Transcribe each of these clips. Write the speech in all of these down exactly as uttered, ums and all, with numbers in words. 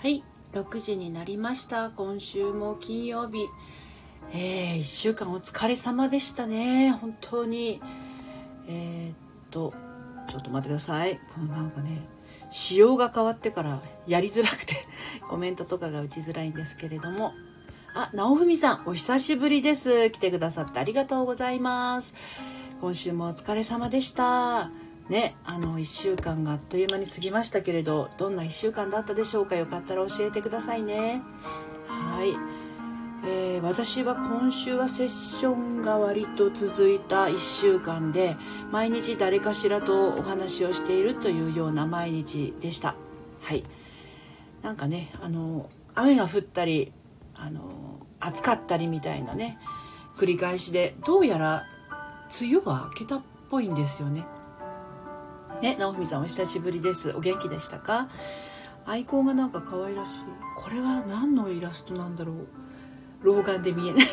はい、ろくじになりました。今週も金曜日、えー、いっしゅうかんお疲れ様でしたね。本当にえー、っとちょっと待ってください。このなんかね、仕様が変わってからやりづらくてコメントとかが打ちづらいんですけれども、あ、直文さんお久しぶりです。来てくださってありがとうございます。今週もお疲れ様でしたね。あのいっしゅうかんがあっという間に過ぎましたけれど、どんないっしゅうかんだったでしょうか。よかったら教えてくださいね。はい、えー、私は今週はセッションが割と続いたいっしゅうかんで、毎日誰かしらとお話をしているというような毎日でした。はい、なんかね、あの雨が降ったりあの暑かったりみたいなね繰り返しで、どうやら梅雨は明けたっぽいんですよね。ね、直文さんお久しぶりです。お元気でしたか？アイコンがなんか可愛らしい。これは何のイラストなんだろう。老眼で見えない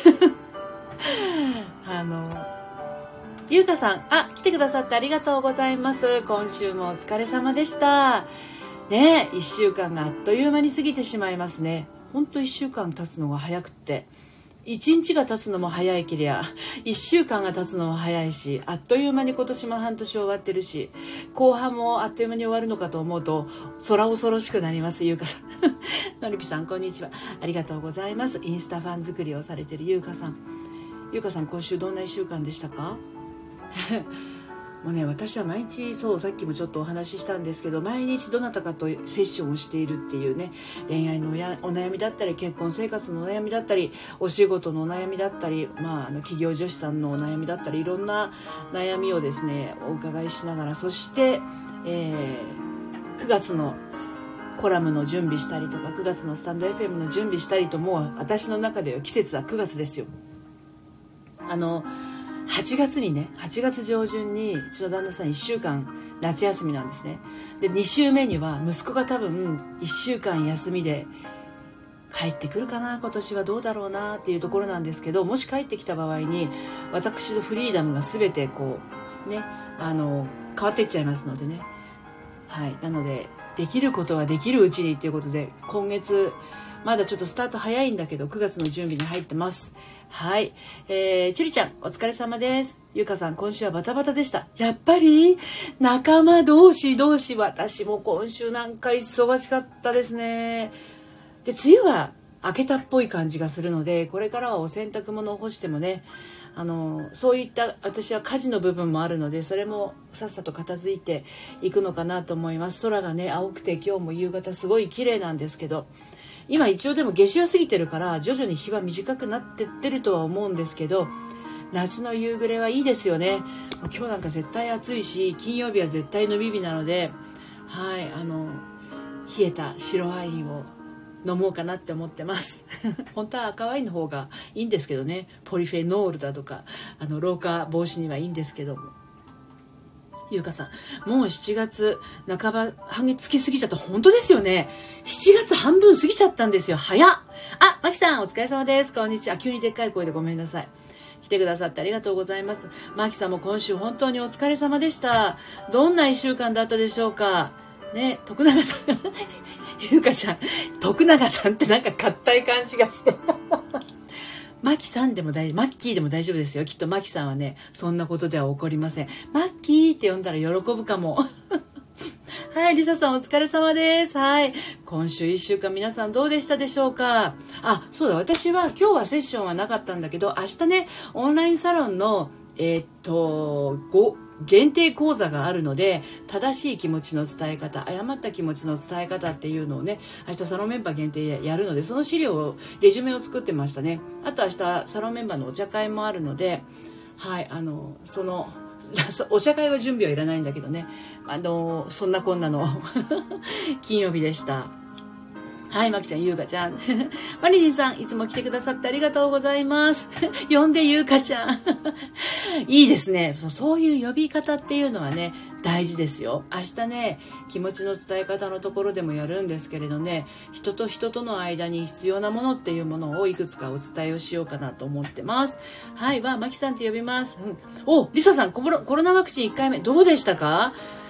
あのゆうかさん、あ、来てくださってありがとうございます。今週もお疲れ様でしたね。いっしゅうかんがあっという間に過ぎてしまいますね。ほんといっしゅうかん経つのが早くって、いちにちが経つのも早いけりゃいっしゅうかんが経つのも早いし、あっという間に今年も半年終わってるし、後半もあっという間に終わるのかと思うと空恐ろしくなります。ゆうかさんのりぴさんこんにちは、ありがとうございます。インスタファン作りをされてるゆうかさん、ゆうかさん今週どんないっしゅうかんでしたか？もうね、私は毎日、そうさっきもちょっとお話ししたんですけど、毎日どなたかとセッションをしているっていうね、恋愛のお悩みだったり、結婚生活のお悩みだったり、お仕事のお悩みだったり、まあ、あの企業女子さんのお悩みだったり、いろんな悩みをですねお伺いしながら、そして、えー、くがつのコラムの準備したりとか、くがつのスタンド エフエム の準備したりと、もう私の中では季節はくがつですよ。あのはちがつにね、はちがつ上旬にうちの旦那さんいっしゅうかん夏休みなんですね。でに週目には息子が多分いっしゅうかん休みで帰ってくるかな、今年はどうだろうなっていうところなんですけど、もし帰ってきた場合に私のフリーダムが全てこうね、あの変わっていっちゃいますのでね。はい、なのでできることはできるうちにっていうことで、今月まだちょっとスタート早いんだけどくがつの準備に入ってます。はい、えー、ちゅりちゃんお疲れ様です。ゆうかさん今週はバタバタでした。やっぱり仲間同士同士、私も今週なんか忙しかったですね。で梅雨は明けたっぽい感じがするので、これからはお洗濯物を干してもね、あのそういった私は家事の部分もあるので、それもさっさと片付いていくのかなと思います。空がね青くて、今日も夕方すごい綺麗なんですけど、今一応でも夏至は過ぎてるから徐々に日は短くなってってるとは思うんですけど、夏の夕暮れはいいですよね。今日なんか絶対暑いし、金曜日は絶対飲み日なので、はい、あの冷えた白ワインを飲もうかなって思ってます本当は赤ワインの方がいいんですけどね、ポリフェノールだとかあの老化防止にはいいんですけども。ゆうかさんもうしちがつなかば、半月過ぎちゃった。本当ですよね、しちがつ半分過ぎちゃったんですよ。早っ。あ、まきさんお疲れ様です。こんにちは。急にでっかい声でごめんなさい。来てくださってありがとうございます。まきさんも今週本当にお疲れ様でした。どんないっしゅうかんだったでしょうかね。徳永さんゆうかちゃん、徳永さんってなんか硬い感じがしてマキさんでも大丈夫、マッキーでも大丈夫ですよ。きっとマキさんはねそんなことでは起こりません。マッキーって呼んだら喜ぶかもはい、リサさんお疲れ様です。はい、今週いっしゅうかん皆さんどうでしたでしょうか。あ、そうだ、私は今日はセッションはなかったんだけど、明日ねオンラインサロンのえー、っとご限定講座があるので、正しい気持ちの伝え方、誤った気持ちの伝え方っていうのをね、明日サロンメンバー限定でやるので、その資料をレジュメを作ってましたね。あと明日サロンメンバーのお茶会もあるので、はい、あのそのお茶会は準備はいらないんだけどね、あのそんなこんなの金曜日でした。はい、まきちゃん、ゆうかちゃんマリリンさんいつも来てくださってありがとうございます呼んでゆうかちゃんいいですね。そ、そういう呼び方っていうのはね大事ですよ。明日ね気持ちの伝え方のところでもやるんですけれどね、人と人との間に必要なものっていうものをいくつかお伝えをしようかなと思ってます。はい、わあ、まきさんって呼びます、うん、お、リサさんコロ、コロナワクチンいっかいめどうでしたか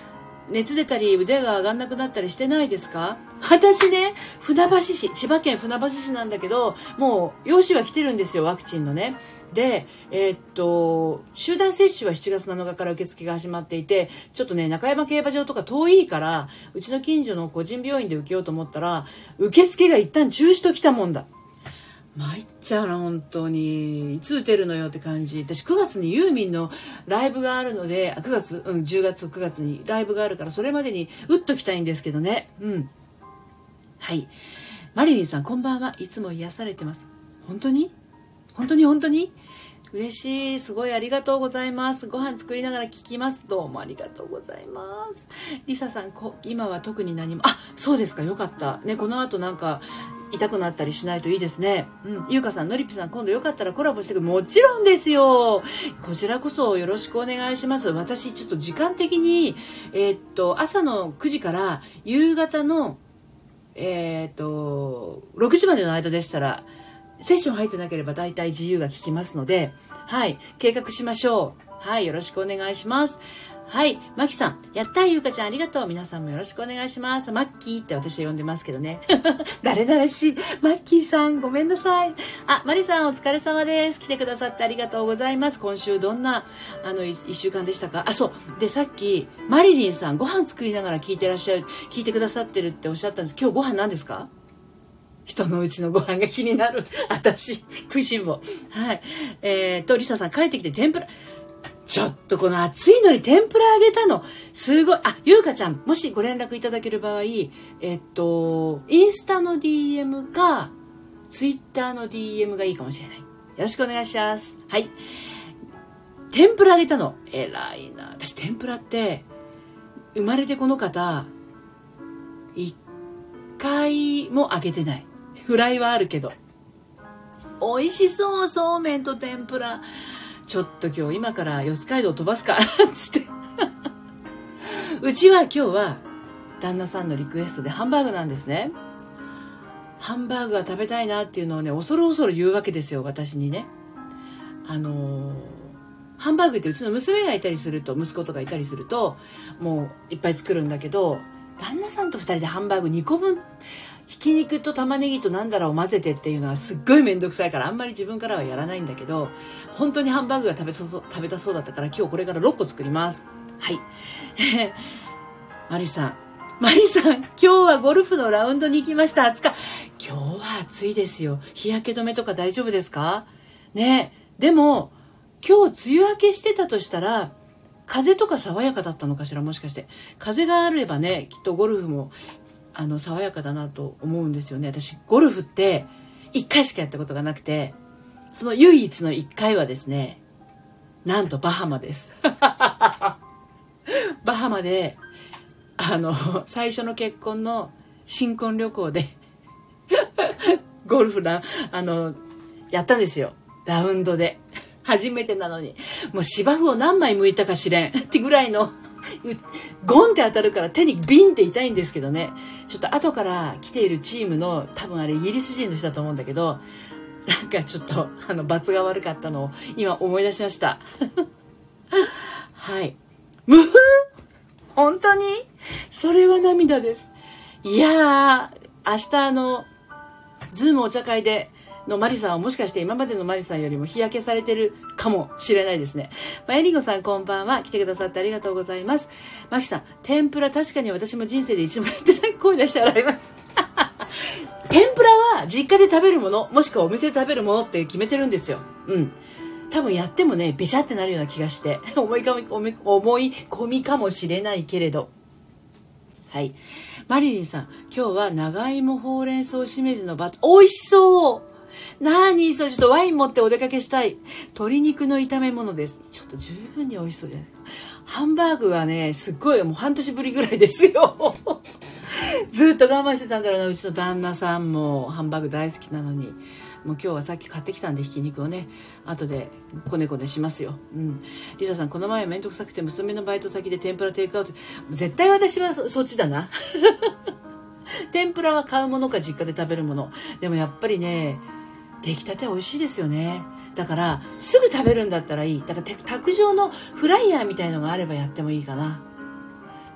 熱出たり腕が上がんなくなったりしてないですか？私ね、船橋市、千葉県船橋市なんだけど、もう用紙は来てるんですよ、ワクチンのね。で、えー、っと、集団接種はしちがつなのかから受付が始まっていて、ちょっとね、中山競馬場とか遠いから、うちの近所の個人病院で受けようと思ったら、受付が一旦中止と来たもんだ。参っちゃうな、本当に。いつ打てるのよって感じ。私くがつにユーミンのライブがあるので、くがつ、うん、じゅうがつ、くがつにライブがあるから、それまでに打っときたいんですけどね。うん。はい。マリリンさん、こんばんは。いつも癒されてます。本当に本当に本当に嬉しい。すごいありがとうございます。ご飯作りながら聞きます。どうもありがとうございます。リサさん、こ今は特に何も。あ、そうですか。よかった。ね、この後なんか、痛くなったりしないといいですね。うん。ゆうかさん、のりぴさん、今度よかったらコラボしてくる。もちろんですよ。こちらこそよろしくお願いします。私、ちょっと時間的に、えー、っと、朝のくじから夕方の、えー、っと、ろくじまでの間でしたら、セッション入ってなければ大体自由が利きますので、はい、計画しましょう。はい、よろしくお願いします。はい、マキさん、やったー、ゆうかちゃんありがとう。皆さんもよろしくお願いします。マッキーって私は呼んでますけどね。誰々しい。マッキーさん、ごめんなさい。あ、マリさんお疲れ様です。来てくださってありがとうございます。今週どんな、あの、一週間でしたか？あ、そう。で、さっき、マリリンさん、ご飯作りながら聞いてらっしゃる、聞いてくださってるっておっしゃったんです。今日ご飯何ですか？人のうちのご飯が気になる。私、食いしん坊。はい。えーと、リサさん帰ってきて天ぷら。ちょっとこの暑いのに天ぷらあげたの。すごい。あ、ゆうかちゃん、もしご連絡いただける場合、えっと、インスタの ディーエム か、ツイッターの ディーエム がいいかもしれない。よろしくお願いします。はい。天ぷらあげたの。偉いな。私、天ぷらって、生まれてこの方、一回もあげてない。フライはあるけど。美味しそう、そうめんと天ぷら。ちょっと今日今から四街道飛ばすかつってうちは今日は旦那さんのリクエストでハンバーグなんですね。ハンバーグが食べたいなっていうのをね、恐る恐る言うわけですよ、私にね。あのー、ハンバーグってうちの娘がいたりすると、息子とかいたりするともういっぱい作るんだけど、旦那さんとふたりでハンバーグにこぶん、ひき肉と玉ねぎとなんだろうを混ぜてっていうのはすっごいめんどくさいから、あんまり自分からはやらないんだけど、本当にハンバーグが食べそそ食べたそうだったから、今日これからろっこ作ります。はい。マリさん。マリさん、今日はゴルフのラウンドに行きました。暑か。今日は暑いですよ。日焼け止めとか大丈夫ですかね。でも、今日梅雨明けしてたとしたら、風とか爽やかだったのかしら、もしかして。風があればね、きっとゴルフも、あの爽やかだなと思うんですよね。私ゴルフっていっかいしかやったことがなくて、その唯一のいっかいはですね、なんとバハマですバハマで、あの最初の結婚の新婚旅行でゴルフラあのやったんですよ、ラウンドで。初めてなのにもう芝生を何枚剥いたかしれんってぐらいのゴンって当たるから手にビンって痛いんですけどね。ちょっと後から来ているチームの、多分あれイギリス人の人だと思うんだけど、なんかちょっとあの罰が悪かったのを今思い出しましたはい。ムフ本当にそれは涙です。いやー、明日あのズームお茶会でのマリさんはもしかして今までのマリさんよりも日焼けされてるかもしれないですね。まあ、エリゴさんこんばんは。来てくださってありがとうございます。マキさん、天ぷら確かに私も人生で一度もやってない。声出して洗います。天ぷらは実家で食べるもの、もしくはお店で食べるものって決めてるんですよ。うん。多分やってもね、べちゃってなるような気がして、思い込み、思い込みかもしれないけれど。はい。マリリンさん、今日は長芋ほうれん草しめじのバター、美味しそうなーにそれちょっとワイン持ってお出かけしたい。鶏肉の炒め物です。ちょっと十分に美味しそうじゃないですか。ハンバーグはね、すっごいもう半年ぶりぐらいですよ。ずっと我慢してたんだろうな。うちの旦那さんもハンバーグ大好きなのに。もう今日はさっき買ってきたんで、ひき肉をね、後でこねこねしますよ。うん。リサさん、この前はめんどくさくて娘のバイト先で天ぷらテイクアウト。絶対私は そ, そっちだな。天ぷらは買うものか実家で食べるもの。でもやっぱりね、出来たて美味しいですよね。だからすぐ食べるんだったらいい。だから卓上のフライヤーみたいのがあればやってもいいかな。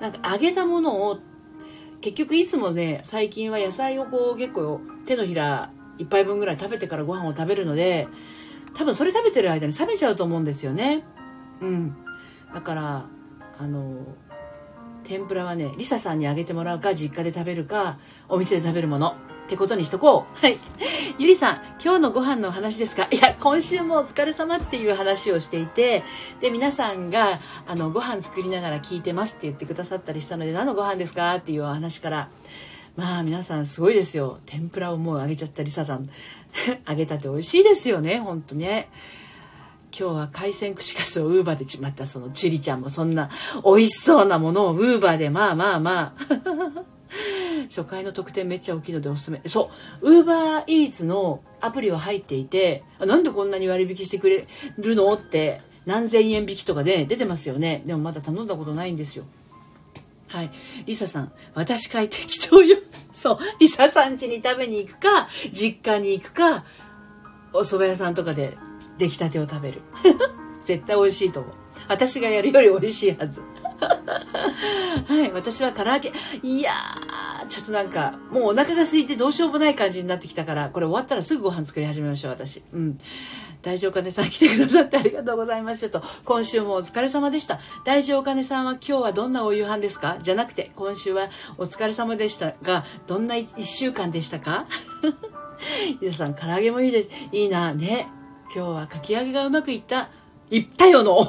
なんか揚げたものを結局いつもね、最近は野菜をこう結構手のひらいっぱいぶんぐらい食べてからご飯を食べるので、多分それ食べてる間に冷めちゃうと思うんですよね。うん。だからあの天ぷらはね、リサさんにあげてもらうか、実家で食べるか、お店で食べるものってことにしとこう。はい。ゆりさん、今日のご飯の話ですか？いや、今週もお疲れ様っていう話をしていて、で、皆さんが、あの、ご飯作りながら聞いてますって言ってくださったりしたので、何のご飯ですかっていうお話から、まあ、皆さんすごいですよ。天ぷらをもうあげちゃったリサさん。あげたって美味しいですよね、ほんとね。今日は海鮮串カツをウーバーでちまった、そのチュリちゃんもそんな美味しそうなものをウーバーで、まあまあまあ。初回の特典めっちゃ大きいのでおすすめ。そう、ウーバーイーツのアプリは入っていて、なんでこんなに割引してくれるのって何千円引きとかで出てますよね。でもまだ頼んだことないんですよ。はい。リサさん、私書いて適当よ。そう、リサさん家に食べに行くか、実家に行くか、お蕎麦屋さんとかで出来たてを食べる。絶対美味しいと思う。私がやるより美味しいはず。はい、私は唐揚げ。いやー、ちょっとなんか、もうお腹が空いてどうしようもない感じになってきたから、これ終わったらすぐご飯作り始めましょう、私。うん。大丈夫かねさん来てくださってありがとうございましたと。今週もお疲れ様でした。大丈夫かねさんは今日はどんなお夕飯ですか？じゃなくて、今週はお疲れ様でしたが、どんな一週間でしたか？皆さん、唐揚げもいいです。いいな、ね。今日はかき揚げがうまくいった。いったよの。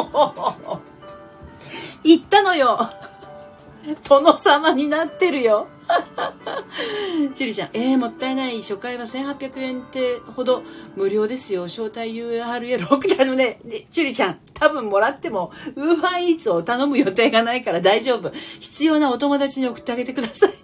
いったのよ。殿様になってるよ。チリちゃん、えー、もったいない。初回はせんはっぴゃくえんってほど無料ですよ。招待 ユーアールエル 送ってあのね、チリちゃん、多分もらってもウーバーイーツを頼む予定がないから大丈夫。必要なお友達に送ってあげてください。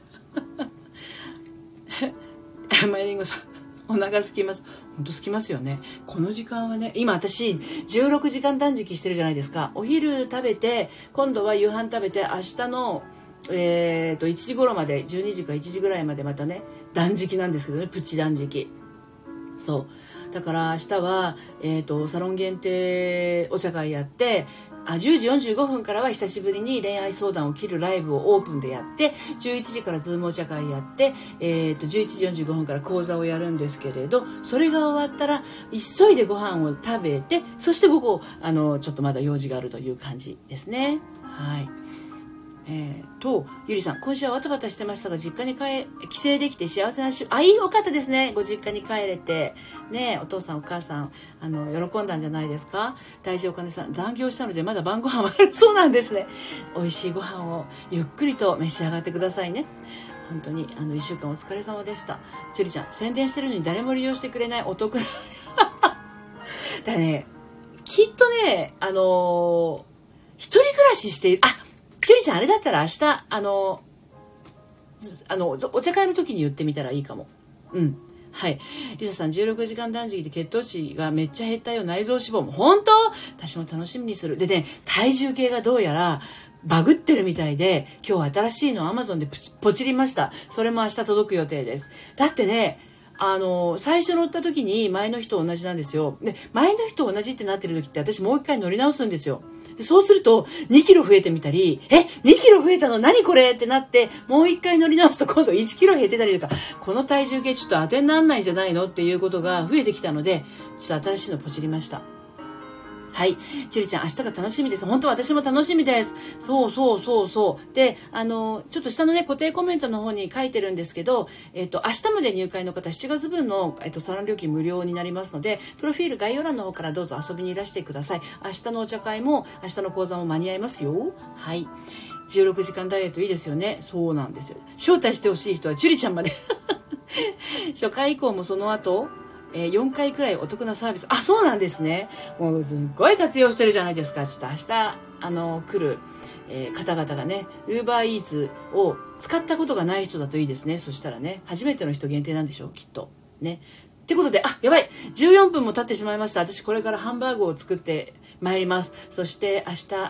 マイリンゴさん、お腹空きます。本当空きますよね。この時間はね、今私じゅうろくじかん断食してるじゃないですか。お昼食べて、今度は夕飯食べて、明日のえーといちじ頃まで、じゅうにじかいちじぐらいまでまたね断食なんですけどね、プチ断食。そうだから明日は、えーとサロン限定お茶会やって、あじゅうじよんじゅうごふんからは久しぶりに恋愛相談を切るライブをオープンでやって、じゅういちじからズームお茶会やって、えーとじゅういちじよんじゅうごふんから講座をやるんですけれど、それが終わったら急いでご飯を食べて、そして午後あのちょっとまだ用事があるという感じですね。はい。えー、とゆりさん、今週はバタバタしてましたが実家に帰帰省できて幸せな週。あ、いい、よかったですね。ご実家に帰れてね。お父さんお母さんあの喜んだんじゃないですか。大事お金さん、残業したのでまだ晩ご飯はそうなんですね。美味しいご飯をゆっくりと召し上がってくださいね。本当にあのいっしゅうかんお疲れ様でした。ゆりちゃん、宣伝してるのに誰も利用してくれないお得なだね、きっとね、あのー、一人暮らししている、あ、チュリちゃん、あれだったら明日あのあのお茶会の時に言ってみたらいいかも。うん。はい。リサさん、じゅうろくじかん断食で血糖値がめっちゃ減ったよ。内臓脂肪も。本当？私も楽しみにする。でね、体重計がどうやらバグってるみたいで、今日新しいの Amazon でポチ、ポチりました。それも明日届く予定です。だってね、あの最初乗った時に前の日と同じなんですよ。で、前の日と同じってなってる時って私もう一回乗り直すんですよ。でそうするとにキロ増えてみたり、え、にキロ増えたの何これってなって、もう一回乗り直すと今度いちキロ減ってたりとか、この体重計ちょっと当てにならないんじゃないのっていうことが増えてきたので、ちょっと新しいのポチりました。はい。ちゅりちゃん、明日が楽しみです。本当私も楽しみです。そうそうそうそう。で、あの、ちょっと下のね、固定コメントの方に書いてるんですけど、えっと、明日まで入会の方、しちがつぶんの、えっと、サロン料金無料になりますので、プロフィール概要欄の方からどうぞ遊びにいらしてください。明日のお茶会も、明日の講座も間に合いますよ。はい。じゅうろくじかんダイエットいいですよね。そうなんですよ。招待してほしい人は、ちゅりちゃんまで。初回以降もその後、えー、よんかいくらいお得なサービス。あ、そうなんですね。もうすっごい活用してるじゃないですか。ちょっと明日、あの、来る、えー、方々がね、Uber Eats を使ったことがない人だといいですね。そしたらね、初めての人限定なんでしょう、きっと。ね。ってことで、あ、やばい !じゅうよんぷんも経ってしまいました。私これからハンバーグを作ってまいります。そして明日、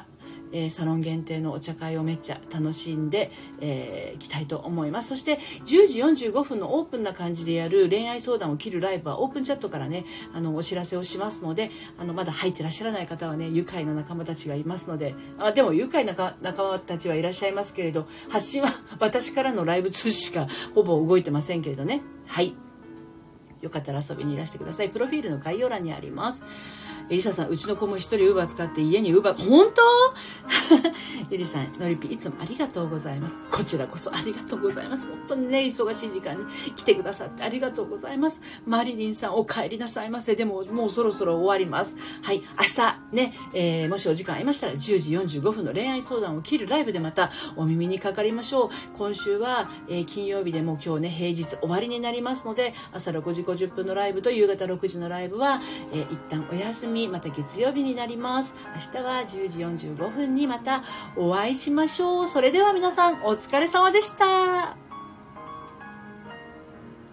えー、サロン限定のお茶会をめっちゃ楽しんでい、えー、きたいと思います。そしてじゅうじよんじゅうごふんのオープンな感じでやる恋愛相談を切るライブはオープンチャットからねあのお知らせをしますので、あのまだ入ってらっしゃらない方はね愉快な仲間たちがいますので、あでも愉快な仲間たちはいらっしゃいますけれど、発信は私からのライブ通知しかほぼ動いてませんけれどね。はい、よかったら遊びにいらしてください。プロフィールの概要欄にあります。エリサさん、うちの子も一人ウーバー使って家にウーバー、本当エリさん、のりぴいつもありがとうございます。こちらこそありがとうございます。本当にね、忙しい時間に来てくださってありがとうございます。マリリンさん、お帰りなさいませ。でも、もうそろそろ終わります。はい、明日ね、えー、もしお時間ありましたらじゅうじよんじゅうごふんの恋愛相談を切るライブでまたお耳にかかりましょう。今週は、えー、金曜日でもう今日ね、平日終わりになりますので、朝ろくじごじゅっぷんのライブと夕方ろくじのライブは、えー、一旦お休み、また月曜日になります。明日はじゅうじよんじゅうごふんにまたお会いしましょう。それでは皆さんお疲れ様でした。